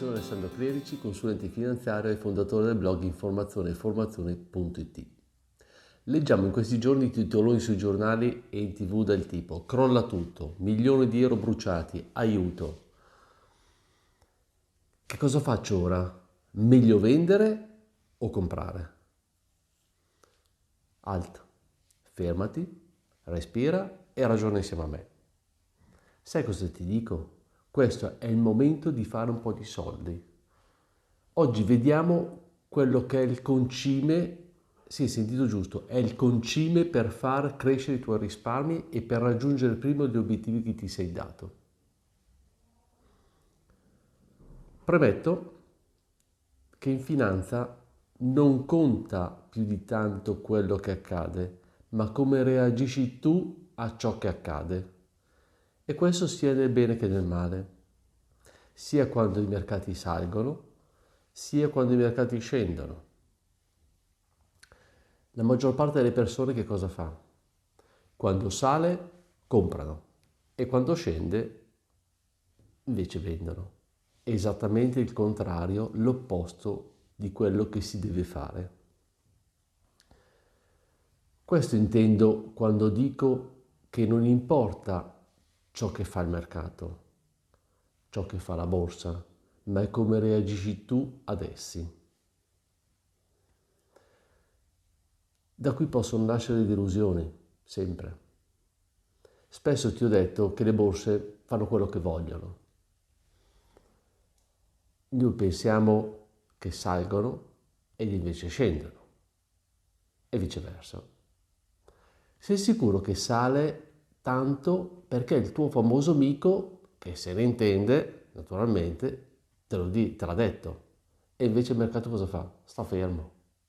sono Alessandro Clerici, consulente finanziario e fondatore del blog informazioneformazione.it. Leggiamo in questi giorni titoloni sui giornali e in TV del tipo: crolla tutto, milioni di euro bruciati, aiuto. Che cosa faccio ora? Meglio vendere o comprare? Alt, fermati, respira e ragiona insieme a me. Sai cosa ti dico? Questo è il momento di fare un po' di soldi. Oggi vediamo quello che è il concime, sì, hai sentito giusto, è il concime per far crescere i tuoi risparmi e per raggiungere prima gli obiettivi che ti sei dato. Premetto che in finanza non conta più di tanto quello che accade, ma come reagisci tu a ciò che accade. E questo sia nel bene che nel male, sia quando i mercati salgono, sia quando i mercati scendono. La maggior parte delle persone che cosa fa? Quando sale, comprano e quando scende, invece vendono. È esattamente il contrario, l'opposto di quello che si deve fare. Questo intendo quando dico che non importa ciò che fa il mercato, ciò che fa la borsa, ma è come reagisci tu ad essi. Da qui possono nascere delusioni, sempre. Spesso ti ho detto che le borse fanno quello che vogliono. Noi pensiamo che salgono ed invece scendono e viceversa. Sei sicuro che sale tanto perché il tuo famoso amico, che se ne intende, naturalmente, te l'ha detto. E invece il mercato cosa fa? Sta fermo.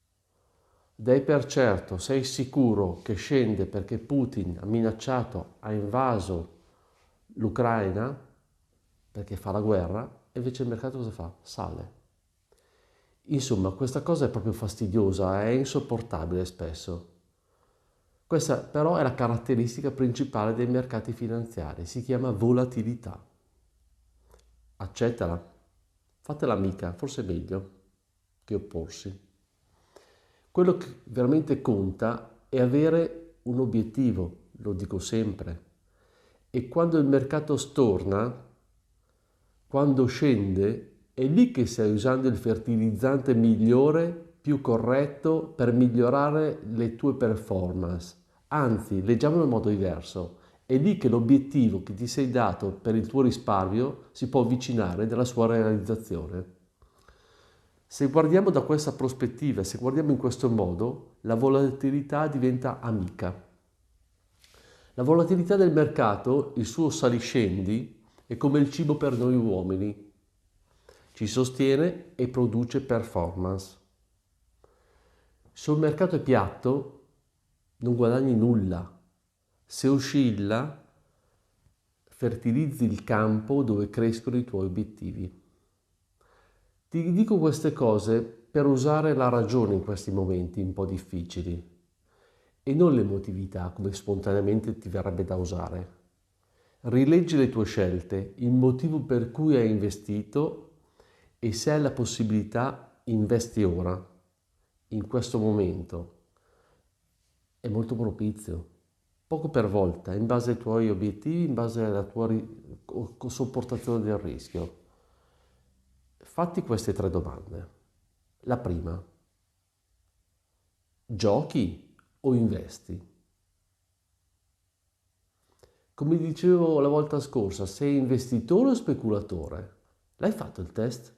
Dai per certo, sei sicuro che scende perché Putin ha minacciato, ha invaso l'Ucraina perché fa la guerra e invece il mercato cosa fa? Sale. Insomma, questa cosa è proprio fastidiosa, è insopportabile spesso. Questa però è la caratteristica principale dei mercati finanziari, si chiama volatilità. Accettala, fatela amica, forse è meglio che opporsi. Quello che veramente conta è avere un obiettivo, lo dico sempre. E quando il mercato storna, quando scende, è lì che stai usando il fertilizzante migliore, più corretto per migliorare le tue performance. Anzi, leggiamolo in modo diverso. È lì che l'obiettivo che ti sei dato per il tuo risparmio si può avvicinare dalla sua realizzazione. Se guardiamo da questa prospettiva, se guardiamo in questo modo, la volatilità diventa amica. La volatilità del mercato, il suo saliscendi, è come il cibo per noi uomini. Ci sostiene e produce performance. Se un mercato è piatto, non guadagni nulla. Se oscilla, fertilizzi il campo dove crescono i tuoi obiettivi. Ti dico queste cose per usare la ragione in questi momenti un po' difficili e non l'emotività come spontaneamente ti verrebbe da usare. Rileggi le tue scelte, il motivo per cui hai investito e se hai la possibilità investi ora, in questo momento. È molto propizio, poco per volta, in base ai tuoi obiettivi, in base alla tua sopportazione del rischio. Fatti queste tre domande. La prima, giochi o investi? Come dicevo la volta scorsa, sei investitore o speculatore? L'hai fatto il test?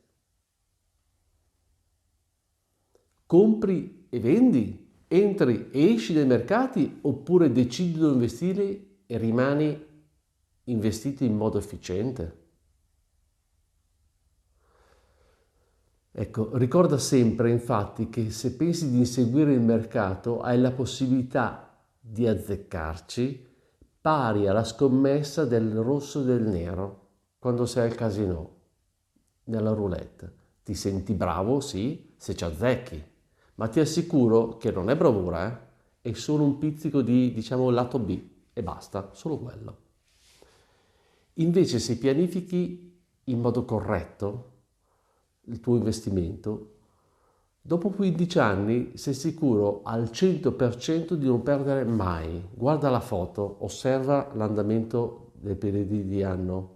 Compri e vendi? Entri e esci dai mercati oppure decidi dove investire e rimani investito in modo efficiente? Ecco, ricorda sempre infatti che se pensi di inseguire il mercato hai la possibilità di azzeccarci pari alla scommessa del rosso e del nero quando sei al casino, nella roulette. Ti senti bravo, sì, se ci azzecchi, ma ti assicuro che non è bravura, è solo un pizzico di, diciamo, lato B e basta, solo quello. Invece se pianifichi in modo corretto, il tuo investimento, dopo 15 anni sei sicuro al 100% di non perdere mai. Guarda la foto, osserva l'andamento dei periodi di anno.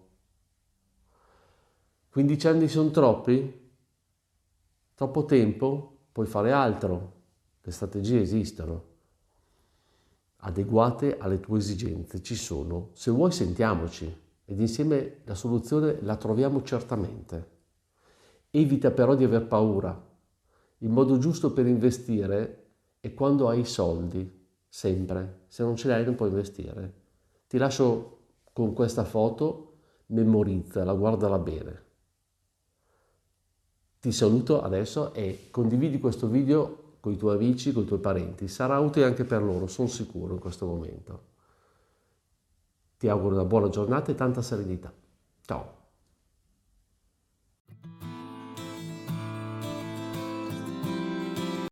15 anni sono troppi? Troppo tempo? Puoi fare altro. Le strategie esistono, adeguate alle tue esigenze, ci sono. Se vuoi sentiamoci ed insieme la soluzione la troviamo certamente. Evita però di aver paura. Il modo giusto per investire è quando hai i soldi, sempre. Se non ce li hai non puoi investire. Ti lascio con questa foto, memorizzala, guardala bene. Ti saluto adesso e condividi questo video con i tuoi amici, con i tuoi parenti. Sarà utile anche per loro, sono sicuro in questo momento. Ti auguro una buona giornata e tanta serenità. Ciao!